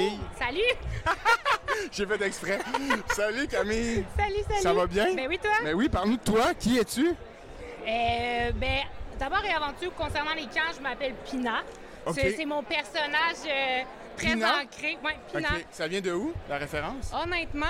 Camille. Salut! J'ai fait exprès. Salut Camille. Salut. Ça va bien? Ben oui, toi? Ben oui, parle-nous de toi. Qui es-tu? D'abord et avant tout, concernant les camps, je m'appelle Pina. OK. C'est mon personnage très Pina? ancré. Oui, Pina. OK. Ça vient de où, la référence? Honnêtement,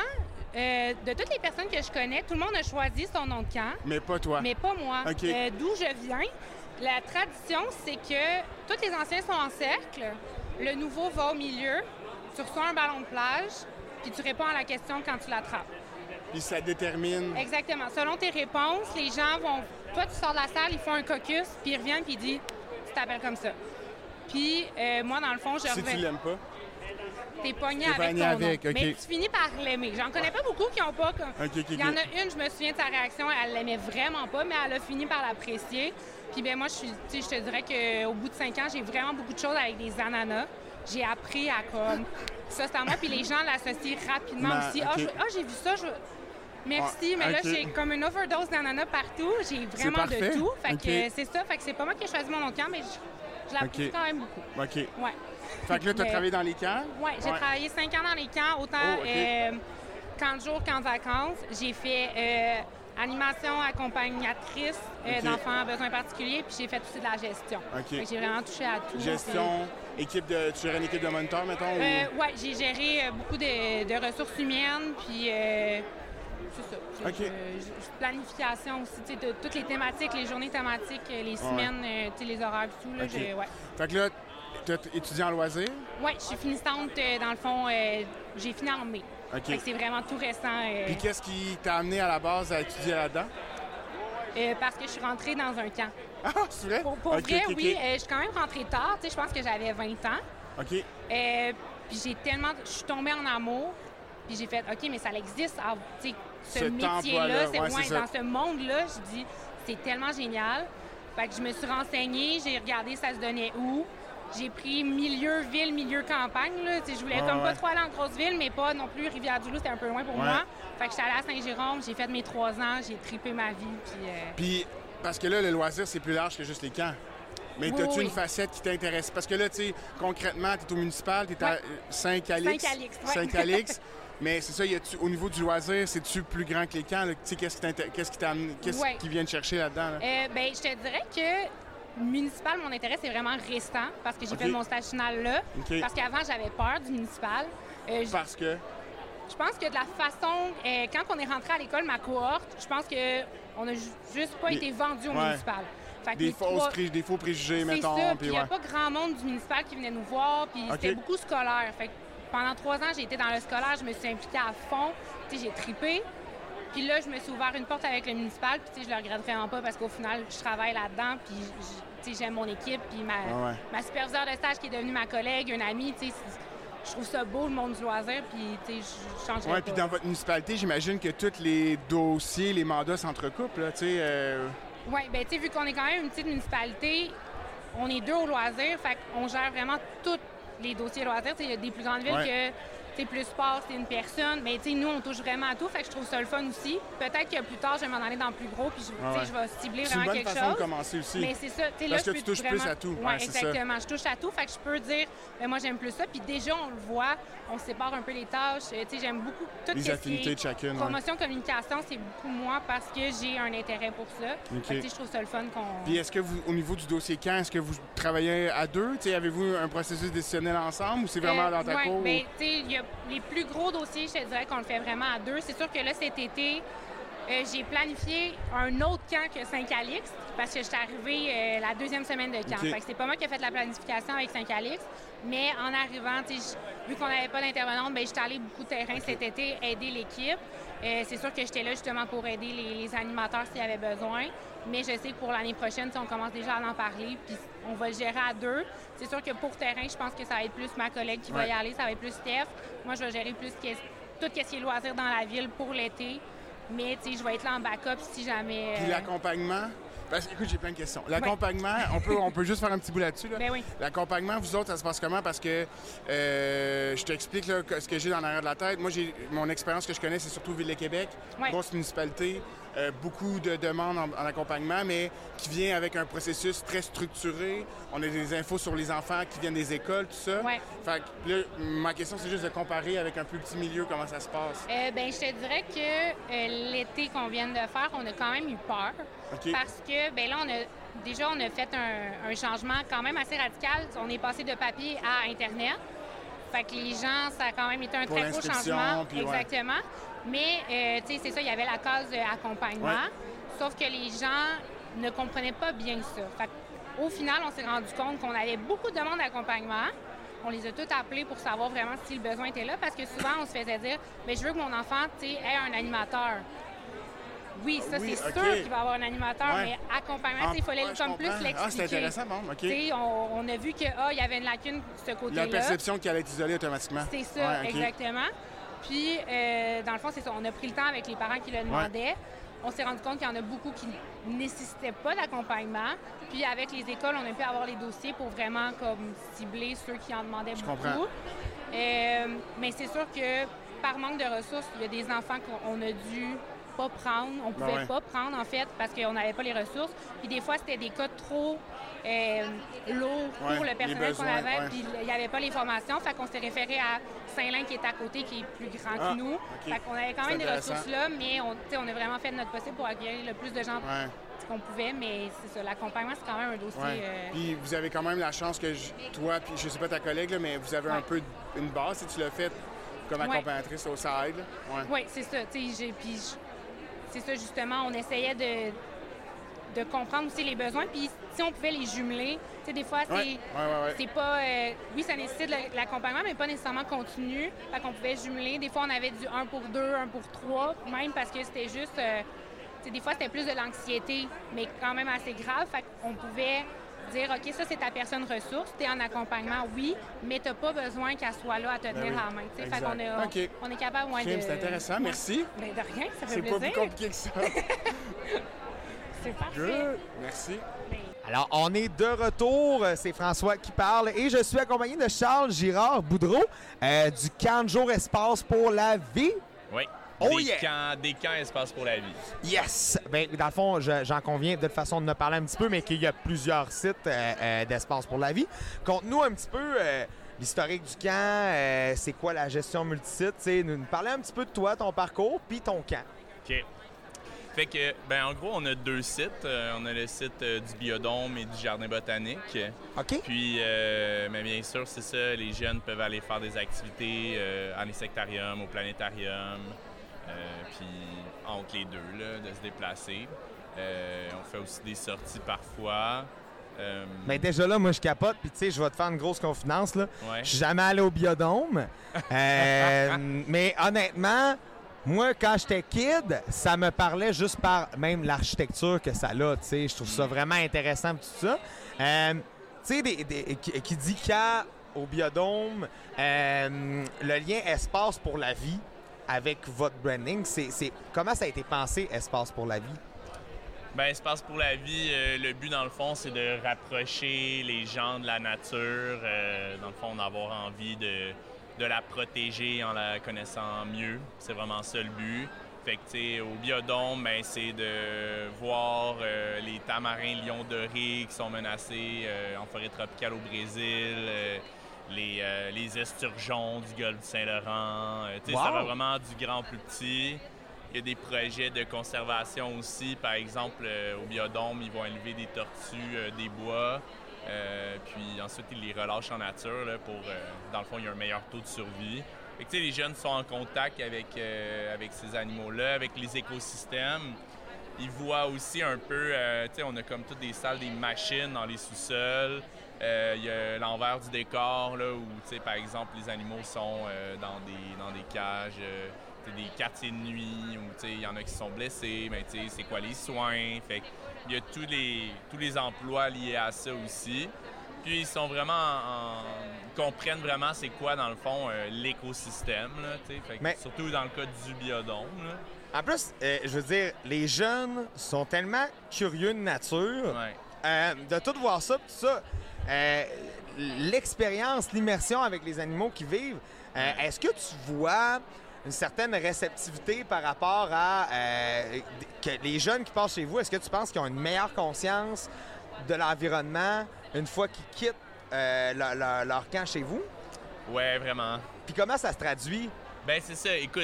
de toutes les personnes que je connais, tout le monde a choisi son nom de camp, Mais pas toi. mais pas moi. OK. D'où je viens, la tradition, c'est que tous les anciens sont en cercle, le nouveau va au milieu, tu reçois un ballon de plage, puis tu réponds à la question quand tu l'attrapes. Puis ça détermine... Exactement. Selon tes réponses, les gens vont... Toi, tu sors de la salle, ils font un caucus, puis ils reviennent, puis ils disent « Tu t'appelles comme ça ». Puis moi, dans le fond, je Si tu l'aimes pas. T'es pogné T'es avec pogné ton avec, nom. OK. Mais tu finis par l'aimer. J'en connais pas beaucoup qui n'ont pas... OK. Il y en a une, je me souviens de sa réaction, elle l'aimait vraiment pas, mais elle a fini par l'apprécier. Puis ben moi, je te dirais qu'au bout de 5 ans, j'ai vraiment beaucoup de choses avec des ananas. J'ai appris à comme... Ça, c'est à moi, puis les gens l'associent rapidement aussi. OK. J'ai vu ça, Merci, mais là, OK. j'ai comme une overdose d'ananas partout. J'ai vraiment parfait. de tout. Fait OK. que c'est ça. Fait que c'est pas moi qui ai choisi mon nom de camp, mais je l'apprécie OK. quand même beaucoup. OK. Ouais. Fait que là, tu as Mais- travaillé dans les camps? Oui, j'ai travaillé 5 ans dans les camps, autant Oh, OK. camp de jour qu'en vacances. J'ai fait animation accompagnatrice OK. d'enfants à besoins particuliers, puis j'ai fait aussi de la gestion. OK. Fait que j'ai vraiment touché à tout. Gestion, équipe de... Tu gérais une équipe de moniteurs, mettons? ou- Oui, j'ai géré beaucoup de ressources humaines, puis c'est ça. OK. Planification aussi, tu sais, de toutes les thématiques, les journées thématiques, les semaines, tu sais, les horaires et tout. Là, OK. ouais. Fait que là, tu as étudié en loisirs? Oui, je suis finissante, dans le fond, j'ai fini en mai. OK. Fait que c'est vraiment tout récent. Puis qu'est-ce qui t'a amené à la base à étudier là-dedans? Parce que je suis rentrée dans un camp. Ah, c'est vrai? Pour OK, vrai, OK, oui. OK. Je suis quand même rentrée tard. Tu sais, je pense que j'avais 20 ans. OK. Puis je suis tombée en amour. Puis j'ai fait, OK, mais ça existe. Tu sais, ce Cet métier-là, emploi-là, ouais, c'est ça. dans ce monde-là, je dis, c'est tellement génial. Fait que je me suis renseignée, j'ai regardé ça se donnait où. J'ai pris milieu ville, milieu campagne. Là. Tu sais, je voulais comme pas trop aller en grosse ville, mais pas non plus Rivière-du-Loup, c'était un peu loin pour moi. Fait que j'étais allée à Saint-Jérôme, j'ai fait mes 3 ans, j'ai trippé ma vie. Puis, parce que là, le loisir, c'est plus large que juste les camps. Mais Oui, as-tu oui. une facette qui t'intéresse? Parce que là, tu sais, concrètement, tu es au municipal, tu es à Ouais. Saint-Calix. Saint-Calix, ouais. Saint-Calix. Mais c'est ça, au niveau du loisir, c'est-tu plus grand que les camps? Là? Tu sais, qu'est-ce qui t'a amené- qu'est-ce Ouais. qui vient te chercher là-dedans? Là? Ben, je te dirais que municipal, mon intérêt, c'est vraiment récent parce que j'ai OK. fait mon stage final là. OK. Parce qu'avant, j'avais peur du municipal. Parce que... Je pense que de la façon, quand on est rentré à l'école, ma cohorte, je pense qu'on n'a juste pas été vendu au Ouais. municipal. Fait que Des les trois- des faux préjugés, C'est mettons. ça, puis puis il n'y a ouais. pas grand monde du municipal qui venait nous voir, puis OK. c'était beaucoup scolaire. Fait que pendant 3 ans, j'ai été dans le scolaire, je me suis impliquée à fond, tu sais, j'ai trippé. Puis là, je me suis ouvert une porte avec le municipal, puis tu sais, je le regrette vraiment pas parce qu'au final, je travaille là-dedans, puis tu sais, j'aime mon équipe, puis Ouais. ma superviseure de stage qui est devenue ma collègue, une amie, tu sais, je trouve ça beau, le monde du loisir, puis tu sais, je changerais Ouais, pas. puis dans votre municipalité, j'imagine que tous les dossiers, les mandats s'entrecoupent, là, tu sais... Oui, bien, tu sais, vu qu'on est quand même une petite municipalité, on est 2 au loisir, fait qu'on gère vraiment tous les dossiers loisirs. Tu sais, il y a des plus grandes villes Ouais. que, tu sais, plus sport, c'est une personne. Mais, tu sais, nous, on touche vraiment à tout, fait que je trouve ça le fun aussi. Peut-être que plus tard, je vais m'en aller dans plus gros, puis tu sais, je vais cibler C'est une vraiment bonne quelque façon chose. de commencer aussi. Mais c'est ça, tu sais, là, Parce que je tu peux touches plus vraiment... à tout. Oui, Ouais, c'est ça. exactement. Je touche à tout, fait que je peux dire, ben, moi, j'aime plus ça. Puis déjà, on le voit, on sépare un peu les tâches. Tu sais, j'aime beaucoup tout Les ce qui affinités est de chacune, ouais. promotion, communication, c'est beaucoup moi parce que j'ai un intérêt pour ça. OK. Fait que, tu sais, je trouve ça le fun qu'on... Puis est-ce que vous, au niveau du dossier camp, est-ce que vous travaillez à deux? Tu sais, avez-vous un processus décisionnel ensemble ou c'est vraiment dans ta ouais, cour? ben, tu sais, il y a les plus gros dossiers, je te dirais qu'on le fait vraiment à 2. C'est sûr que là, cet été, j'ai planifié un autre camp que Saint-Calix parce que j'étais arrivée la 2e semaine de camp. OK. Fait que c'est pas moi qui ai fait la planification avec Saint-Calix, mais en arrivant, tu sais, vu qu'on n'avait pas d'intervenante, ben j'étais allée beaucoup de terrain cet été aider l'équipe. C'est sûr que j'étais là justement pour aider les animateurs s'il y avait besoin, mais je sais que pour l'année prochaine, tu sais, on commence déjà à en parler, puis on va le gérer à 2. C'est sûr que pour terrain, je pense que ça va être plus ma collègue qui va y aller, ça va être plus Steph. Moi, je vais gérer plus tout ce qui est loisirs dans la ville pour l'été. Mais tu sais, je vais être là en backup si jamais. Puis l'accompagnement, Parce que, écoute, j'ai plein de questions. L'accompagnement, on peut juste faire un petit bout là-dessus. Là. Ben oui. L'accompagnement, vous autres, ça se passe comment? Parce que je t'explique là, ce que j'ai dans l'arrière de la tête. Moi, mon expérience que je connais, c'est surtout Ville-de-Québec, grosse municipalité, beaucoup de demandes en accompagnement, mais qui vient avec un processus très structuré. On a des infos sur les enfants qui viennent des écoles, tout ça. Ouais. Fait que là, ma question, c'est juste de comparer avec un plus petit milieu, comment ça se passe. Ben, je te dirais que l'été qu'on vient de faire, on a quand même eu peur. OK. Parce que, ben là, on a fait un changement quand même assez radical. On est passé de papier à Internet. Fait que les gens, ça a quand même été un très gros changement. Puis, exactement. Mais, tu sais, c'est ça, il y avait la case accompagnement. Ouais. Sauf que les gens ne comprenaient pas bien ça. Fait qu'au final, on s'est rendu compte qu'on avait beaucoup de demandes d'accompagnement. On les a toutes appelés pour savoir vraiment si le besoin était là. Parce que souvent, on se faisait dire, mais je veux que mon enfant, tu sais, ait un animateur. Oui, ça, c'est sûr qu'il va avoir un animateur, mais accompagnement, il fallait comme plus l'expliquer. Ah, c'est intéressant, bon, OK. On a vu qu'il y avait une lacune de ce côté-là. La perception qu'elle allait être isolée automatiquement. C'est ça, exactement. Puis, dans le fond, c'est ça. On a pris le temps avec les parents qui le demandaient. On s'est rendu compte qu'il y en a beaucoup qui ne nécessitaient pas d'accompagnement. Puis, avec les écoles, on a pu avoir les dossiers pour vraiment comme cibler ceux qui en demandaient beaucoup. Mais c'est sûr que par manque de ressources, il y a des enfants qu'on a dû pas prendre. On pouvait pas prendre, en fait, parce qu'on n'avait pas les ressources. Puis des fois, c'était des cas trop lourds pour le personnel qu'on avait. Puis il n'y avait pas les formations. Fait qu'on s'est référé à Saint-Lin, qui est à côté, qui est plus grand que nous. Fait qu'on avait quand même des ressources là, mais on a vraiment fait de notre possible pour accueillir le plus de gens qu'on pouvait. Mais c'est ça, l'accompagnement, c'est quand même un dossier... Puis vous avez quand même la chance que toi, puis je sais pas ta collègue, là, mais vous avez un peu une base, si tu l'as fait comme accompagnatrice au SAID. Oui, c'est ça. C'est ça, justement, on essayait de comprendre aussi les besoins. Puis si on pouvait les jumeler, tu sais, des fois, c'est pas... oui, ça nécessite de l'accompagnement, mais pas nécessairement continu. Fait qu'on pouvait jumeler. Des fois, on avait du 1 pour 2, 1 pour 3, même parce que c'était juste... tu sais, des fois, c'était plus de l'anxiété, mais quand même assez grave. Fait qu'on pouvait dire, OK, ça, c'est ta personne ressource, tu es en accompagnement, oui, mais tu n'as pas besoin qu'elle soit là à te tenir la main. Fait qu'on est capable de... C'est intéressant, merci. Ben, de rien, ça fait plaisir. C'est pas plus compliqué que ça. C'est parfait. Good. Merci. Alors, on est de retour. C'est François qui parle et je suis accompagné de Charles Girard Boudreau du camp de jour Espace pour la vie. Oui. Des camps Espace pour la vie. Yes! Bien, dans le fond, j'en conviens de toute façon de ne parler un petit peu, mais qu'il y a plusieurs sites d'Espace pour la vie. Conte-nous un petit peu l'historique du camp, c'est quoi la gestion multisite, nous parler un petit peu de toi, ton parcours, puis ton camp. OK. Fait que, en gros, on a 2 sites. On a le site du Biodôme et du Jardin botanique. OK. Puis, mais bien sûr, c'est ça, les jeunes peuvent aller faire des activités à l'insectarium, au planétarium. Puis entre les deux, là, de se déplacer. On fait aussi des sorties parfois. Mais déjà là, moi, je capote. Puis, tu sais, je vais te faire une grosse confidence. Là. Ouais. Je suis jamais allé au Biodôme. Mais honnêtement, moi, quand j'étais kid, ça me parlait juste par même l'architecture que ça a. Tu sais, je trouve ça vraiment intéressant tout ça. Tu sais, qui dit camp au Biodôme, le lien espace pour la vie avec votre branding, comment ça a été pensé, Espace pour la vie? Espace pour la vie, le but, dans le fond, c'est de rapprocher les gens de la nature. Dans le fond, d'avoir envie de la protéger en la connaissant mieux. C'est vraiment ça le but. Fait que, tu sais, au Biodôme, c'est de voir les tamarins lions dorés qui sont menacés en forêt tropicale au Brésil, les esturgeons du golfe du Saint-Laurent. Tu sais, ça va vraiment du grand au plus petit. Il y a des projets de conservation aussi. Par exemple, au Biodôme, ils vont élever des tortues des bois. Puis ensuite, ils les relâchent en nature là, pour, dans le fond, il y a un meilleur taux de survie. Fait que, les jeunes sont en contact avec ces animaux-là, avec les écosystèmes. Ils voient aussi un peu, on a comme toutes des salles, des machines dans les sous-sols. Il y a l'envers du décor, là, où, par exemple, les animaux sont dans des cages, des quartiers de nuit, où il y en a qui sont blessés, mais c'est quoi les soins? Fait il y a tous les emplois liés à ça aussi. Puis ils sont vraiment ils comprennent vraiment c'est quoi, dans le fond, l'écosystème, là, surtout dans le cas du biodôme. Là. En plus, je veux dire, les jeunes sont tellement curieux de nature, de tout voir ça, tout ça. L'expérience, l'immersion avec les animaux qui vivent, est-ce que tu vois une certaine réceptivité par rapport à que les jeunes qui passent chez vous? Est-ce que tu penses qu'ils ont une meilleure conscience de l'environnement une fois qu'ils quittent leur camp chez vous? Ouais, vraiment. Puis comment ça se traduit? Ben c'est ça. Écoute,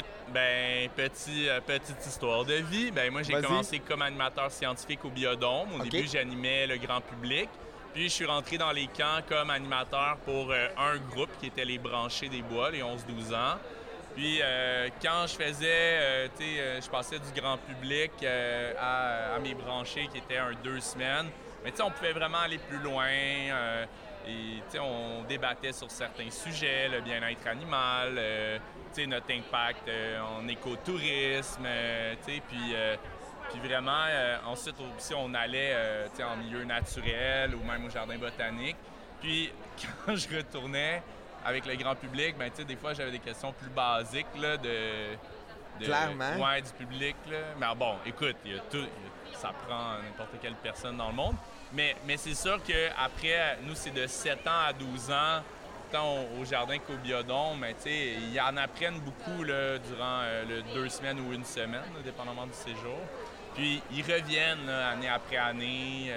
petite histoire de vie. Ben moi, j'ai commencé comme animateur scientifique au Biodôme. Au début, j'animais le grand public. Puis je suis rentré dans les camps comme animateur pour un groupe qui était les branchés des bois, les 11-12 ans. Puis quand je faisais, je passais du grand public à mes branchés qui étaient 2 semaines. Mais on pouvait vraiment aller plus loin. Et on débattait sur certains sujets, le bien-être animal, notre impact en écotourisme, puis vraiment, ensuite aussi on allait en milieu naturel ou même au jardin botanique. Puis quand je retournais avec le grand public, des fois j'avais des questions plus basiques là, Clairement. Ouais, du public. Là. Mais bon, écoute, ça prend n'importe quelle personne dans le monde. Mais c'est sûr qu'après, nous, c'est de 7 ans à 12 ans, tant au jardin qu'au biodôme, ils en apprennent beaucoup là, durant 2 semaines ou 1 semaine, là, dépendamment du séjour. Puis ils reviennent là, année après année.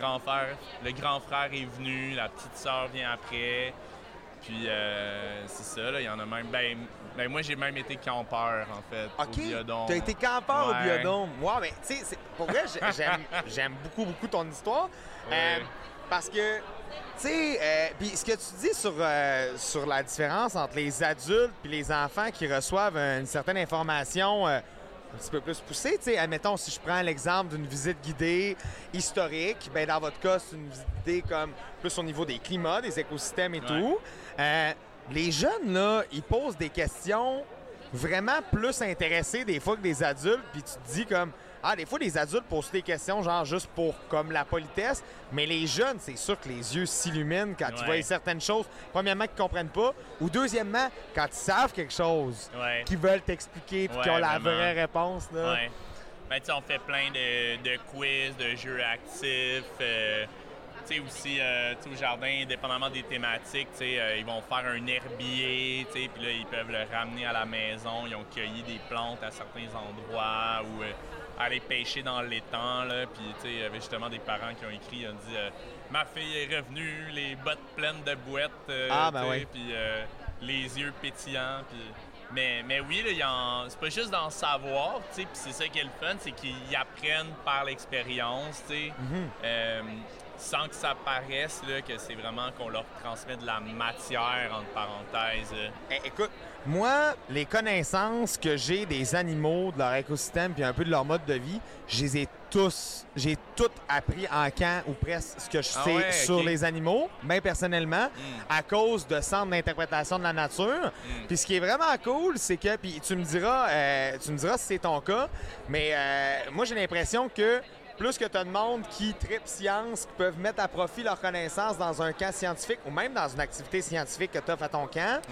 Le grand frère est venu, la petite sœur vient après. Puis c'est ça, il y en a même. Ben moi, j'ai même été campeur, en fait, au biodôme. T'as été campeur au biodôme. Wow, mais tu sais, pour vrai, j'aime beaucoup ton histoire. Parce que, tu sais, puis ce que tu dis sur la différence entre les adultes et les enfants qui reçoivent une certaine information un petit peu plus poussée, tu sais, admettons, si je prends l'exemple d'une visite guidée historique, ben dans votre cas, c'est une visite guidée comme plus au niveau des climats, des écosystèmes et tout. Les jeunes, là, ils posent des questions vraiment plus intéressées des fois que des adultes, puis tu te dis comme, des fois, les adultes posent des questions genre juste pour comme la politesse, mais les jeunes, c'est sûr que les yeux s'illuminent quand tu vois certaines choses, premièrement, qu'ils ne comprennent pas, ou deuxièmement, quand ils savent quelque chose, qu'ils veulent t'expliquer puis qu'ils ont la vraie réponse. Là. Ouais. Ben, on fait plein de quiz, de jeux actifs. Aussi, au jardin, dépendamment des thématiques, ils vont faire un herbier, puis là, ils peuvent le ramener à la maison. Ils ont cueilli des plantes à certains endroits ou aller pêcher dans l'étang. Puis, il y avait justement des parents qui ont écrit, ils ont dit ma fille est revenue, les bottes pleines de bouettes, puis les yeux pétillants. Puis... Mais oui, c'est pas juste d'en savoir, puis c'est ça qui est le fun, c'est qu'ils apprennent par l'expérience, sans que ça paraisse là, que c'est vraiment qu'on leur transmet de la matière, entre parenthèses. Écoute, moi, les connaissances que j'ai des animaux, de leur écosystème puis un peu de leur mode de vie, j'ai tout appris en camp ou presque ce que je sais sur les animaux, bien personnellement, à cause de centres d'interprétation de la nature. Puis ce qui est vraiment cool, c'est que, puis tu me diras si c'est ton cas, mais moi j'ai l'impression que plus que tu as de monde qui tripe science, qui peuvent mettre à profit leurs connaissances dans un camp scientifique ou même dans une activité scientifique que tu offres à ton camp,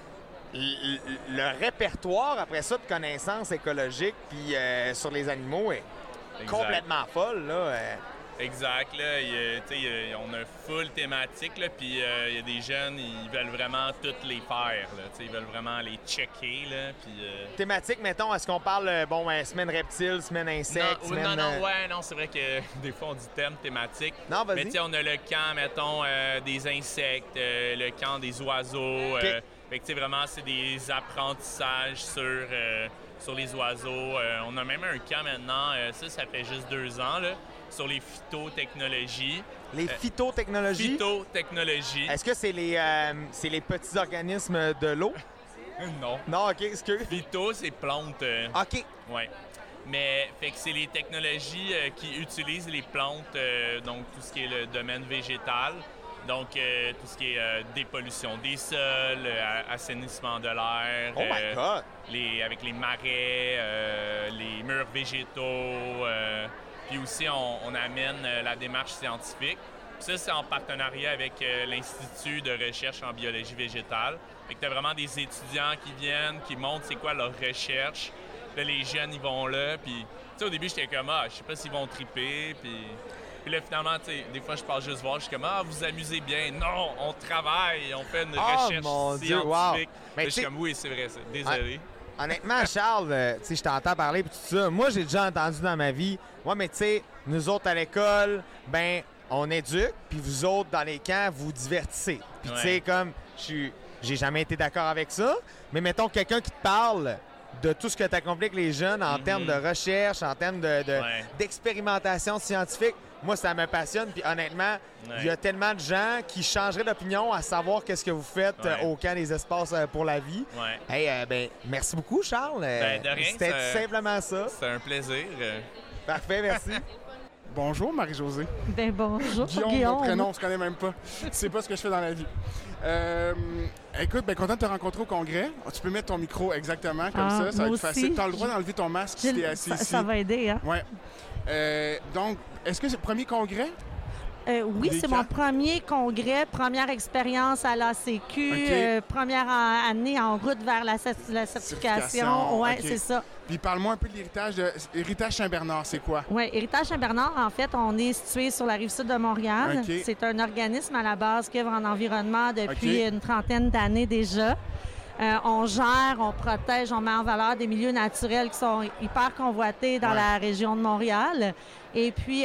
le répertoire après ça de connaissances écologiques puis sur les animaux est complètement folle. Là. Exact. Là, on a full thématique, puis il y a des jeunes, ils veulent vraiment toutes les faire. Là, ils veulent vraiment les checker. Là, Thématique, mettons, est-ce qu'on parle semaine reptile, semaine insecte? Non, c'est vrai que des fois on dit thème thématique. Non, vas-y. Mais on a le camp, mettons, des insectes, le camp des oiseaux. Fait que vraiment, c'est des apprentissages sur les oiseaux. On a même un camp maintenant, ça fait juste 2 ans, là, sur les phytotechnologies. Les phytotechnologies? Phytotechnologies. Est-ce que c'est les petits organismes de l'eau? Non. Non, OK, excuse. Phyto, c'est plantes. OK. Ouais. Mais fait que c'est les technologies qui utilisent les plantes, donc tout ce qui est le domaine végétal. Donc, tout ce qui est dépollution des sols, assainissement de l'air. Oh my God! Avec les marais, les murs végétaux. Puis aussi, on amène la démarche scientifique. Ça, c'est en partenariat avec l'Institut de recherche en biologie végétale. Fait que tu as vraiment des étudiants qui viennent, qui montrent c'est quoi leur recherche. Là, les jeunes, ils vont là. Puis, au début, j'étais comme, je sais pas s'ils vont triper. Puis là, finalement, des fois, je passe juste voir. Je suis comme, vous amusez bien. Non, on travaille, on fait une recherche scientifique. Wow. Mais je suis comme, oui, c'est vrai, ça. Désolé. Honnêtement, Charles, je t'entends parler et tout ça. Moi, j'ai déjà entendu dans ma vie, mais tu sais, nous autres à l'école, on éduque, puis vous autres dans les camps, vous divertissez. Puis tu sais, comme, j'ai jamais été d'accord avec ça, mais mettons quelqu'un qui te parle de tout ce que tu accomplis avec les jeunes en termes de recherche, en termes d'expérimentation scientifique. Moi, ça me passionne. Puis honnêtement, il y a tellement de gens qui changeraient d'opinion à savoir qu'est-ce que vous faites au camp des espaces pour la vie. Merci beaucoup, Charles. De rien. C'était simplement ça. C'était un plaisir. Parfait, merci. Bonjour, Marie-Josée. Bonjour, Guillaume. Mon prénom, on se connaît même pas. C'est pas ce que je fais dans la vie. Écoute, content de te rencontrer au congrès. Tu peux mettre ton micro exactement comme ça va être facile. Tu as le droit d'enlever ton masque si tu es assis ici. Ça va aider, hein? Oui. Donc, est-ce que c'est le premier congrès? Oui, c'est mon premier congrès, première expérience à l'ACQ, première année en route vers la certification. Oui, c'est ça. Puis parle-moi un peu de l'héritage Saint-Bernard, c'est quoi? Oui, Héritage Saint-Bernard, en fait, on est situé sur la rive-sud de Montréal. C'est un organisme à la base qui œuvre en environnement depuis une trentaine d'années déjà. On gère, on protège, on met en valeur des milieux naturels qui sont hyper convoités dans la région de Montréal. Et puis,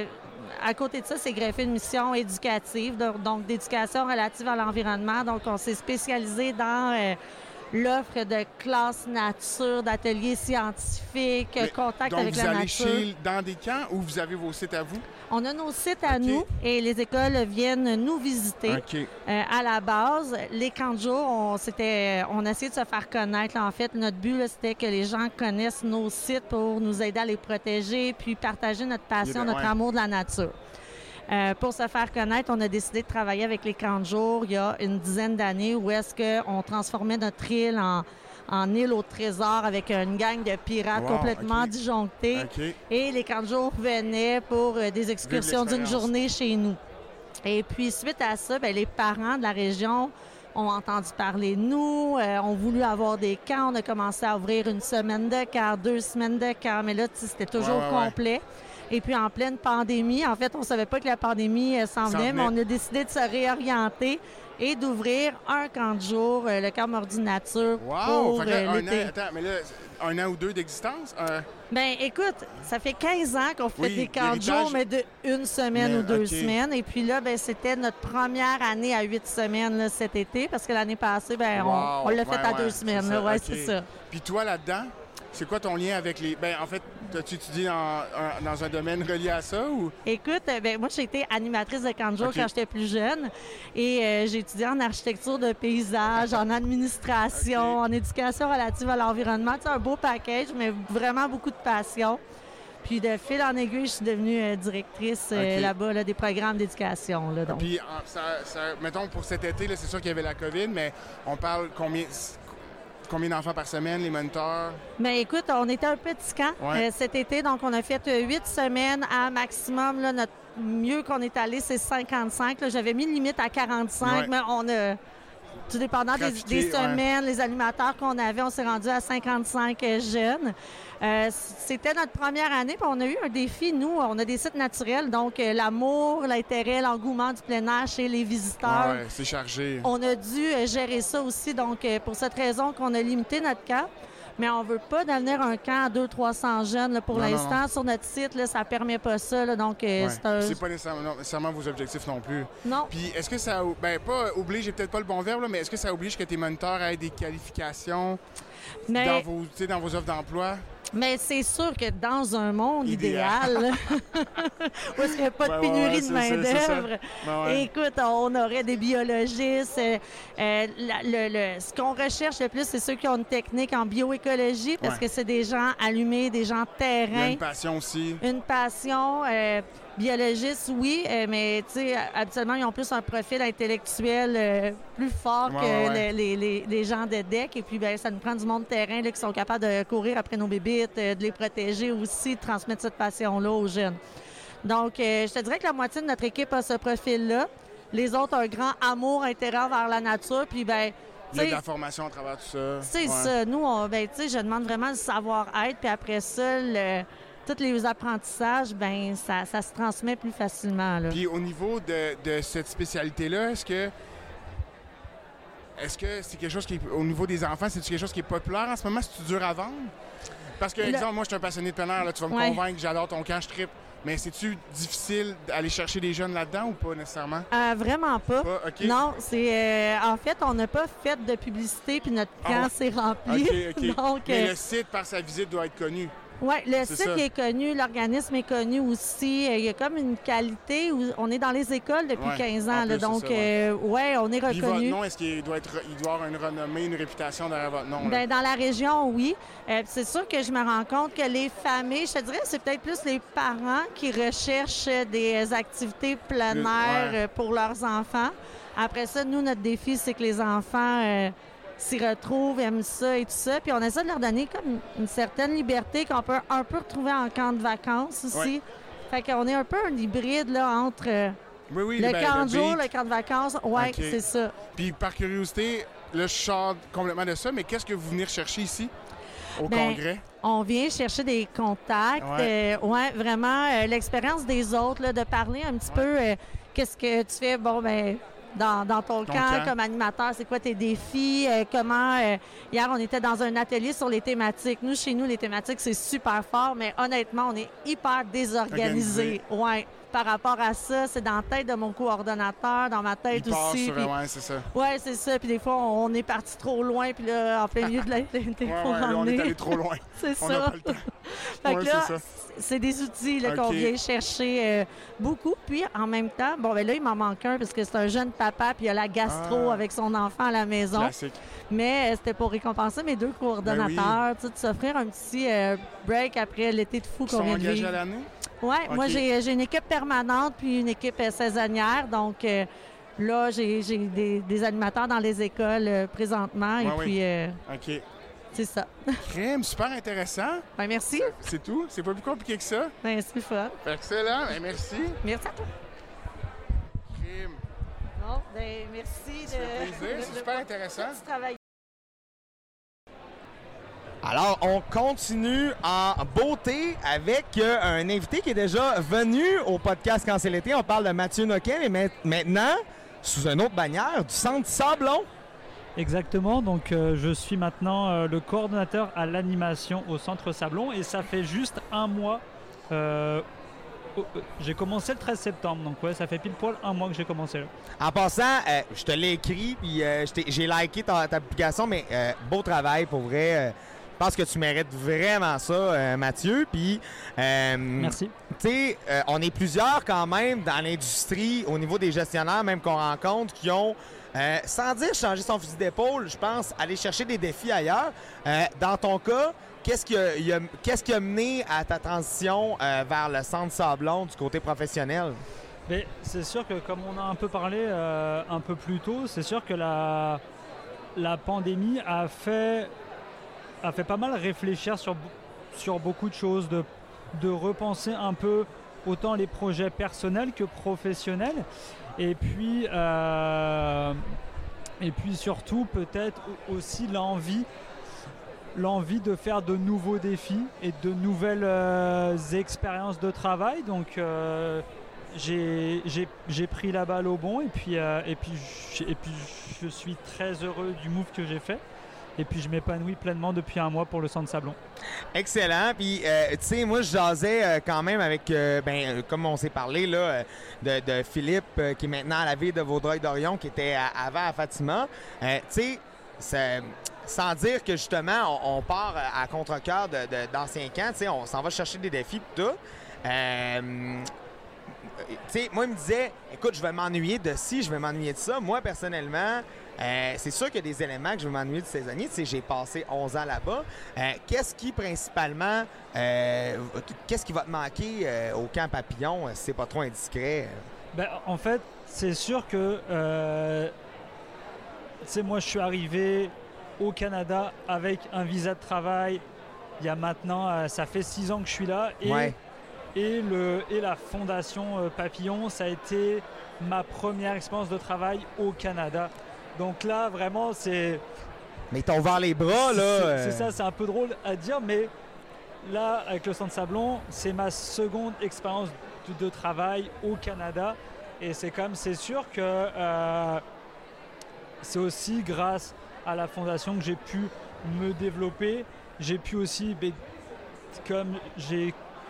à côté de ça, c'est greffé une mission éducative, donc d'éducation relative à l'environnement. Donc, on s'est spécialisé dans l'offre de classes nature, d'ateliers scientifiques, contact avec la nature. Donc, vous allez dans des camps ou vous avez vos sites à vous? On a nos sites à nous et les écoles viennent nous visiter. À la base, les camps de jour, on a essayé de se faire connaître. En fait, notre but, c'était que les gens connaissent nos sites pour nous aider à les protéger puis partager notre passion, notre amour de la nature. Pour se faire connaître, on a décidé de travailler avec les camps de jour il y a une dizaine d'années où est-ce qu'on transformait notre île en île au trésor avec une gang de pirates complètement disjonctés. Et les camps de jour venaient pour des excursions d'une journée chez nous. Et puis, suite à ça, les parents de la région ont entendu parler de nous, ont voulu avoir des camps. On a commencé à ouvrir une semaine de camp, 2 semaines de camp, mais là, c'était toujours complet. Et puis, en pleine pandémie, en fait, on ne savait pas que la pandémie s'en venait, mais on a décidé de se réorienter et d'ouvrir un camp de jour, le camp Mordu Nature, pour l'été. Attends, mais là, 1 an ou 2 d'existence? Écoute, ça fait 15 ans qu'on fait des camps de jour, mais de 1 semaine ou 2 semaines. Et puis là, c'était notre première année à 8 semaines là, cet été, parce que l'année passée, on l'a fait à 2 semaines. C'est ça. Puis toi, là-dedans, c'est quoi ton lien avec les... en fait, as-tu étudié dans un domaine relié à ça? Ou? Écoute, moi, j'ai été animatrice de camp de jour quand j'étais plus jeune. Et j'ai étudié en architecture de paysage, en administration, en éducation relative à l'environnement. C'est un beau package, mais vraiment beaucoup de passion. Puis de fil en aiguille, je suis devenue directrice là-bas des programmes d'éducation. Donc. Puis, mettons, pour cet été, c'est sûr qu'il y avait la COVID, mais on parle combien d'enfants par semaine, les moniteurs? Bien, écoute, on était un petit camp cet été, donc on a fait 8 semaines à maximum. Là, notre mieux qu'on est allé, c'est 55. Là, j'avais mis limite à 45, mais on a... Tout dépendant des semaines, les animateurs qu'on avait, on s'est rendu à 55 jeunes. C'était notre première année, puis on a eu un défi, nous, on a des sites naturels, donc l'amour, l'intérêt, l'engouement du plein air chez les visiteurs. Oui, c'est chargé. On a dû gérer ça aussi, donc pour cette raison qu'on a limité notre camp. Mais on ne veut pas devenir un camp à 200-300 jeunes. Là, pour l'instant, sur notre site, là, ça ne permet pas ça. Là, donc, c'est pas nécessairement vos objectifs non plus. Non. Puis est-ce que ça... pas oblige, j'ai peut-être pas le bon verbe, là, mais est-ce que ça oblige que tes moniteurs aient des qualifications dans vos offres d'emploi? Mais c'est sûr que dans un monde idéal, où est-ce qu'il n'y a pas de pénurie de main-d'œuvre, écoute, on aurait des biologistes. Ce qu'on recherche le plus, c'est ceux qui ont une technique en bioécologie, parce que c'est des gens allumés, des gens terrain. Il y a une passion aussi. Une passion. Biologistes, oui, mais tu sais, habituellement, ils ont plus un profil intellectuel plus fort que les gens de deck. Et puis, ça nous prend du monde de terrain là, qui sont capables de courir après nos bébites, de les protéger aussi, de transmettre cette passion-là aux jeunes. Donc, je te dirais que la moitié de notre équipe a ce profil-là. Les autres ont un grand amour, intérêt vers la nature. Puis, ben, il y a de la formation à travers tout ça. C'est ça. Nous, je demande vraiment le savoir-être. Puis après ça, tous les apprentissages, ben ça se transmet plus facilement. Là. Puis au niveau de cette spécialité-là, est-ce que c'est quelque chose qui est, au niveau des enfants, c'est quelque chose qui est populaire en ce moment? C'est-tu dur à vendre? Parce que, exemple, moi, je suis un passionné de plein air, là, tu vas me convaincre, j'adore ton camp, je trippe. Mais c'est-tu difficile d'aller chercher des jeunes là-dedans ou pas nécessairement? Vraiment pas. Okay. Non, c'est en fait, on n'a pas fait de publicité puis notre camp s'est rempli. OK. Donc, mais le site, par sa visite, doit être connu. Oui, le site est connu, l'organisme est connu aussi. Il y a comme une qualité où on est dans les écoles depuis 15 ans. Là, donc, on est reconnu. Puis votre nom, est-ce qu'il doit avoir une renommée, une réputation derrière votre nom? Bien, dans la région, oui. C'est sûr que je me rends compte que les familles, je te dirais, c'est peut-être plus les parents qui recherchent des activités plein air pour leurs enfants. Après ça, nous, notre défi, c'est que les enfants s'y retrouvent, aiment ça et tout ça. Puis on essaie de leur donner comme une certaine liberté qu'on peut un peu retrouver en camp de vacances aussi. Fait qu'on est un peu un hybride là, entre le camp de jour, le camp de vacances. Oui, c'est ça. Puis par curiosité, là, je sors complètement de ça, mais qu'est-ce que vous venez rechercher ici au congrès? On vient chercher des contacts. Vraiment, l'expérience des autres, là, de parler un petit peu qu'est-ce que tu fais. Bon, ben dans ton camp comme animateur, c'est quoi tes défis? Hier, on était dans un atelier sur les thématiques. Nous, chez nous, les thématiques, c'est super fort, mais honnêtement, on est hyper désorganisés. Ouais. Par rapport à ça, c'est dans la tête de mon coordonnateur, dans ma tête aussi. C'est ça. Oui, c'est ça. Puis des fois, on est parti trop loin, puis là, en plein milieu de l'activité, on est allé trop loin. C'est ça. On n'a pas le temps. Fait que là, c'est des outils qu'on vient chercher beaucoup. Puis en même temps, bon, ben là, il m'en manque un parce que c'est un jeune papa, puis il a la gastro avec son enfant à la maison. Classique. Mais c'était pour récompenser mes deux coordonnateurs, de s'offrir un petit break après l'été de fou qu'on vient de vivre. Ils sont engagés à l'année? Oui, moi, j'ai une équipe permanente puis une équipe saisonnière. Donc là, j'ai des animateurs dans les écoles présentement. Et puis, OK. C'est ça. Crème, super intéressant. Ben, merci. C'est tout? C'est pas plus compliqué que ça? Ben, c'est fun. Excellent. Ben, merci. Merci à toi. Crème. Bon, ben, merci. Ça fait plaisir. C'est super intéressant. Alors, on continue en beauté avec un invité qui est déjà venu au podcast Quand c'est l'été. On parle de Mathieu Noquet, mais maintenant, sous une autre bannière, du Centre Sablon. Exactement, donc je suis maintenant le coordonnateur à l'animation au Centre Sablon et ça fait juste un mois. J'ai commencé le 13 septembre, donc ça fait pile poil un mois que j'ai commencé là. En passant, je te l'ai écrit, puis j'ai liké ta publication, mais beau travail pour vrai. Je pense que tu mérites vraiment ça, Mathieu. Puis, merci. Tu sais, on est plusieurs quand même dans l'industrie, au niveau des gestionnaires, même qu'on rencontre, qui ont, sans dire changer son fusil d'épaule, je pense, aller chercher des défis ailleurs. Dans ton cas, qu'est-ce qui a mené à ta transition vers le Centre Sablon du côté professionnel? Mais c'est sûr que, comme on a un peu parlé un peu plus tôt, c'est sûr que la pandémie a fait pas mal réfléchir sur beaucoup de choses, de repenser un peu autant les projets personnels que professionnels. Et puis surtout peut-être aussi l'envie de faire de nouveaux défis et de nouvelles expériences de travail. Donc j'ai pris la balle au bon et puis je suis très heureux du move que j'ai fait. Et puis, je m'épanouis pleinement depuis un mois pour le Centre Sablon. Excellent. Puis, tu sais, moi, je jasais quand même avec, comme on s'est parlé, là, de Philippe, qui est maintenant à la ville de Vaudreuil-Dorion, qui était avant à Fatima. Tu sais, sans dire que, justement, on part à contre-cœur d'anciens camps. Tu sais, on s'en va chercher des défis et tout. Tu sais, moi, il me disait, écoute, je vais m'ennuyer de ci, je vais m'ennuyer de ça. Moi, personnellement, c'est sûr qu'il y a des éléments que je vais m'ennuyer de saisonnier. Tu sais, j'ai passé 11 ans là-bas. Qu'est-ce qui, principalement, qu'est-ce qui va te manquer au camp Papillon, si c'est pas trop indiscret? Ben, en fait, c'est sûr que, tu sais, moi, je suis arrivé au Canada avec un visa de travail. Il y a maintenant, ça fait 6 ans que je suis là. Et et la Fondation Papillon, ça a été ma première expérience de travail au Canada. Donc là, vraiment, c'est... Mais t'as ouvert les bras, là. C'est ça, c'est un peu drôle à dire, mais là, avec le Centre Sablon, c'est ma seconde expérience de travail au Canada. Et c'est sûr que c'est aussi grâce à la Fondation que j'ai pu me développer. J'ai pu aussi, comme j'ai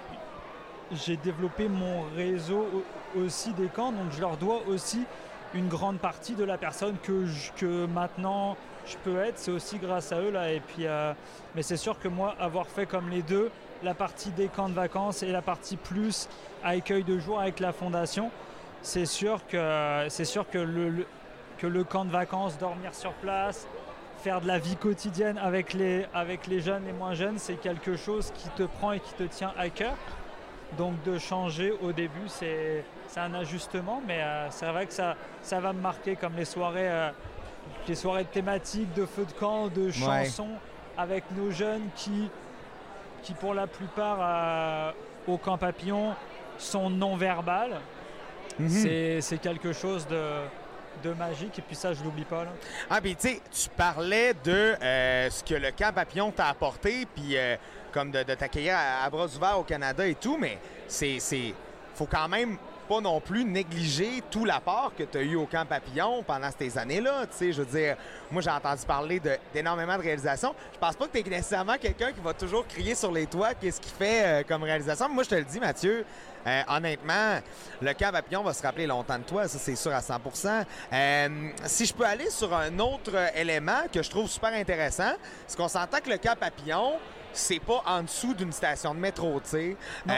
développé mon réseau aussi des camps, donc je leur dois aussi une grande partie de la personne que maintenant je peux être, c'est aussi grâce à eux là. Et puis, mais c'est sûr que moi, avoir fait comme les deux, la partie des camps de vacances et la partie plus accueil de jour avec la Fondation, c'est sûr que le camp de vacances, dormir sur place, faire de la vie quotidienne avec les jeunes, les moins jeunes, c'est quelque chose qui te prend et qui te tient à cœur. Donc de changer au début, c'est un ajustement, mais c'est vrai que ça va me marquer, comme les soirées thématiques de feu de camp, de chansons avec nos jeunes qui pour la plupart au Camp Papillon sont non-verbales. C'est quelque chose de magique, et puis ça, je l'oublie pas. Là. Ah, puis tu sais, tu parlais de ce que le Camp Papillon t'a apporté, puis comme de t'accueillir à bras ouverts au Canada et tout, mais faut quand même pas non plus négliger tout l'apport que tu as eu au Camp Papillon pendant ces années-là. Tu sais, je veux dire, moi, j'ai entendu parler d'énormément de réalisations. Je pense pas que tu es nécessairement quelqu'un qui va toujours crier sur les toits qu'est-ce qu'il fait comme réalisation. Mais moi, je te le dis, Mathieu, honnêtement, le Camp Papillon va se rappeler longtemps de toi, ça, c'est sûr à 100%. Si je peux aller sur un autre élément que je trouve super intéressant, c'est qu'on s'entend que le Camp Papillon, c'est pas en dessous d'une station de métro, tu sais.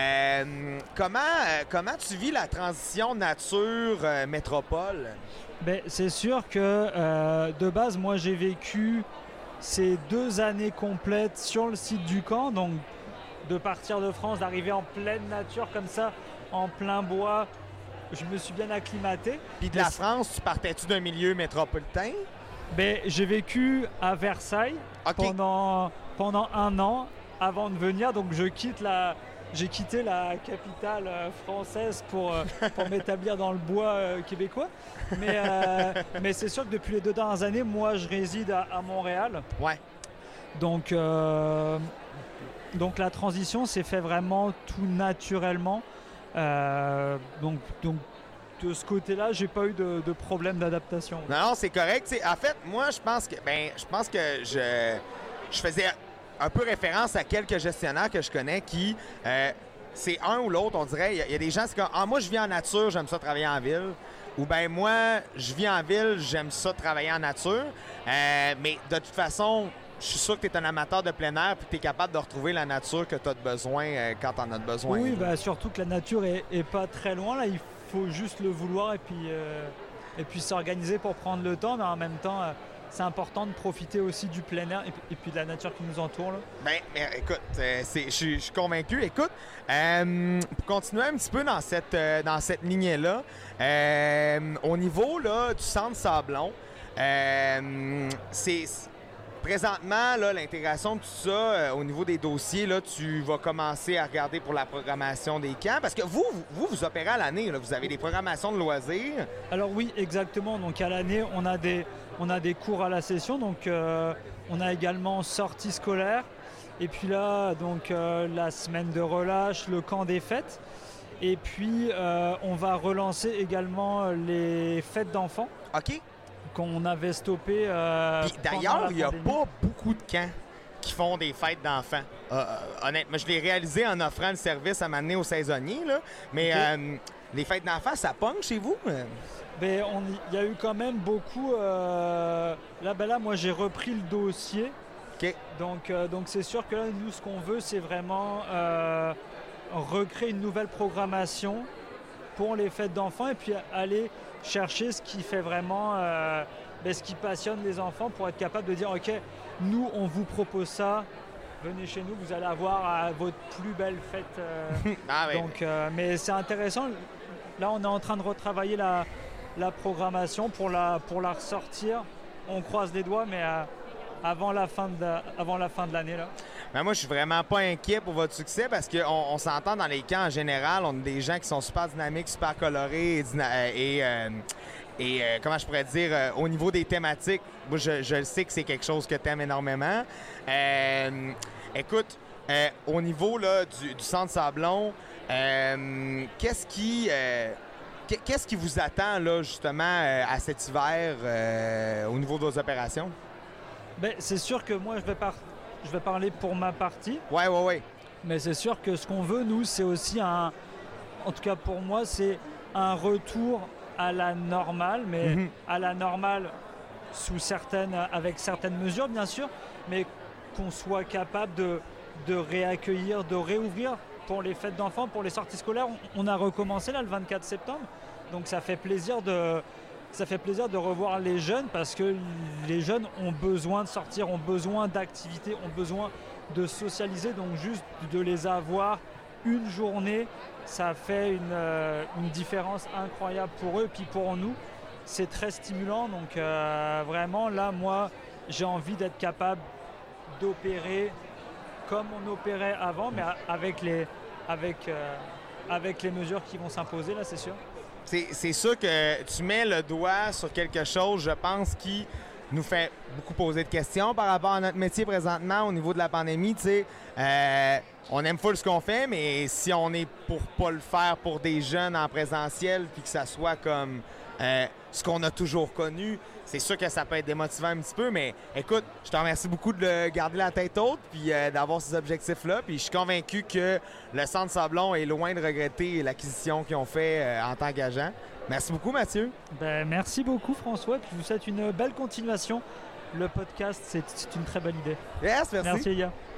Comment tu vis la transition nature-métropole? Bien, c'est sûr que de base, moi, j'ai vécu ces 2 années complètes sur le site du camp, donc de partir de France, d'arriver en pleine nature comme ça, en plein bois, je me suis bien acclimaté. Puis de la France, tu partais-tu d'un milieu métropolitain? Bien, j'ai vécu à Versailles pendant 1 an avant de venir, donc j'ai quitté la capitale française pour m'établir dans le bois québécois. Mais c'est sûr que depuis les 2 dernières années, moi, je réside à Montréal. Ouais. Donc la transition s'est fait vraiment tout naturellement. Donc de ce côté-là, j'ai pas eu de problème d'adaptation. Non, c'est correct. T'sais, en fait, moi, je pense que je faisais un peu référence à quelques gestionnaires que je connais qui, c'est un ou l'autre, on dirait. Il y a des gens, c'est comme, moi, je vis en nature, j'aime ça travailler en ville. Ou bien, moi, je vis en ville, j'aime ça travailler en nature. Mais de toute façon, je suis sûr que tu es un amateur de plein air et que tu es capable de retrouver la nature que tu as besoin quand tu en as besoin. Oui, surtout que la nature est pas très loin. Là, il faut juste le vouloir et puis s'organiser pour prendre le temps. Mais en même temps, c'est important de profiter aussi du plein air et puis de la nature qui nous entoure. Là. Mais écoute, je suis convaincu. Écoute, pour continuer un petit peu dans cette lignée-là, au niveau là, du Centre Sablon, présentement, là, l'intégration de tout ça, au niveau des dossiers, là, tu vas commencer à regarder pour la programmation des camps. Parce que vous opérez à l'année. Là, vous avez des programmations de loisirs. Alors oui, exactement. Donc à l'année, on a des cours à la session. Donc on a également sortie scolaire. Et puis là, donc la semaine de relâche, le camp des fêtes. Et puis on va relancer également les fêtes d'enfants. OK. Qu'on avait stoppé. Puis d'ailleurs, il n'y a pas beaucoup de camps qui font des fêtes d'enfants. Honnêtement, je l'ai réalisé en offrant le service à m'amener aux saisonniers, là. Mais okay. Les fêtes d'enfants, ça pogne chez vous? Il y a eu quand même beaucoup. Là, moi, j'ai repris le dossier. OK. Donc c'est sûr que là, nous, ce qu'on veut, c'est vraiment recréer une nouvelle programmation pour les fêtes d'enfants et puis aller chercher ce qui fait vraiment, ce qui passionne les enfants pour être capable de dire « OK, nous, on vous propose ça, venez chez nous, vous allez avoir votre plus belle fête. Ah, oui. Donc, mais c'est intéressant. Là, on est en train de retravailler la programmation pour la ressortir. On croise les doigts, mais avant la fin de l'année. Là. Ben moi, je suis vraiment pas inquiet pour votre succès parce qu'on s'entend dans les camps en général. On a des gens qui sont super dynamiques, super colorés et comment je pourrais dire, au niveau des thématiques, moi, je sais que c'est quelque chose que tu aimes énormément. Écoute, au niveau là, du Centre Sablon, qu'est-ce qui vous attend là, justement à cet hiver au niveau de vos opérations? Ben, c'est sûr que moi, je vais parler pour ma partie. Ouais. Mais c'est sûr que ce qu'on veut, nous, c'est aussi en tout cas pour moi, c'est un retour à la normale, mais à la normale avec certaines mesures, bien sûr, mais qu'on soit capable de réaccueillir, de réouvrir pour les fêtes d'enfants, pour les sorties scolaires. On a recommencé là le 24 septembre, donc ça fait plaisir de revoir les jeunes parce que les jeunes ont besoin de sortir, ont besoin d'activités, ont besoin de socialiser. Donc juste de les avoir une journée, ça fait une différence incroyable pour eux. Puis pour nous, c'est très stimulant. Donc vraiment là, moi, j'ai envie d'être capable d'opérer comme on opérait avant, mais avec les mesures qui vont s'imposer, là, c'est sûr. C'est sûr que tu mets le doigt sur quelque chose, je pense, qui nous fait beaucoup poser de questions par rapport à notre métier présentement au niveau de la pandémie. Tu sais, on aime full ce qu'on fait, mais si on est pour pas le faire pour des jeunes en présentiel puis que ça soit comme ce qu'on a toujours connu, c'est sûr que ça peut être démotivant un petit peu, mais écoute, je te remercie beaucoup de garder la tête haute puis d'avoir ces objectifs-là. Puis je suis convaincu que le Centre Sablon est loin de regretter l'acquisition qu'ils ont fait en t'engageant. Merci beaucoup, Mathieu. Ben, merci beaucoup, François. Puis je vous souhaite une belle continuation. Le podcast, c'est une très bonne idée. Yes, merci. Merci, les gars.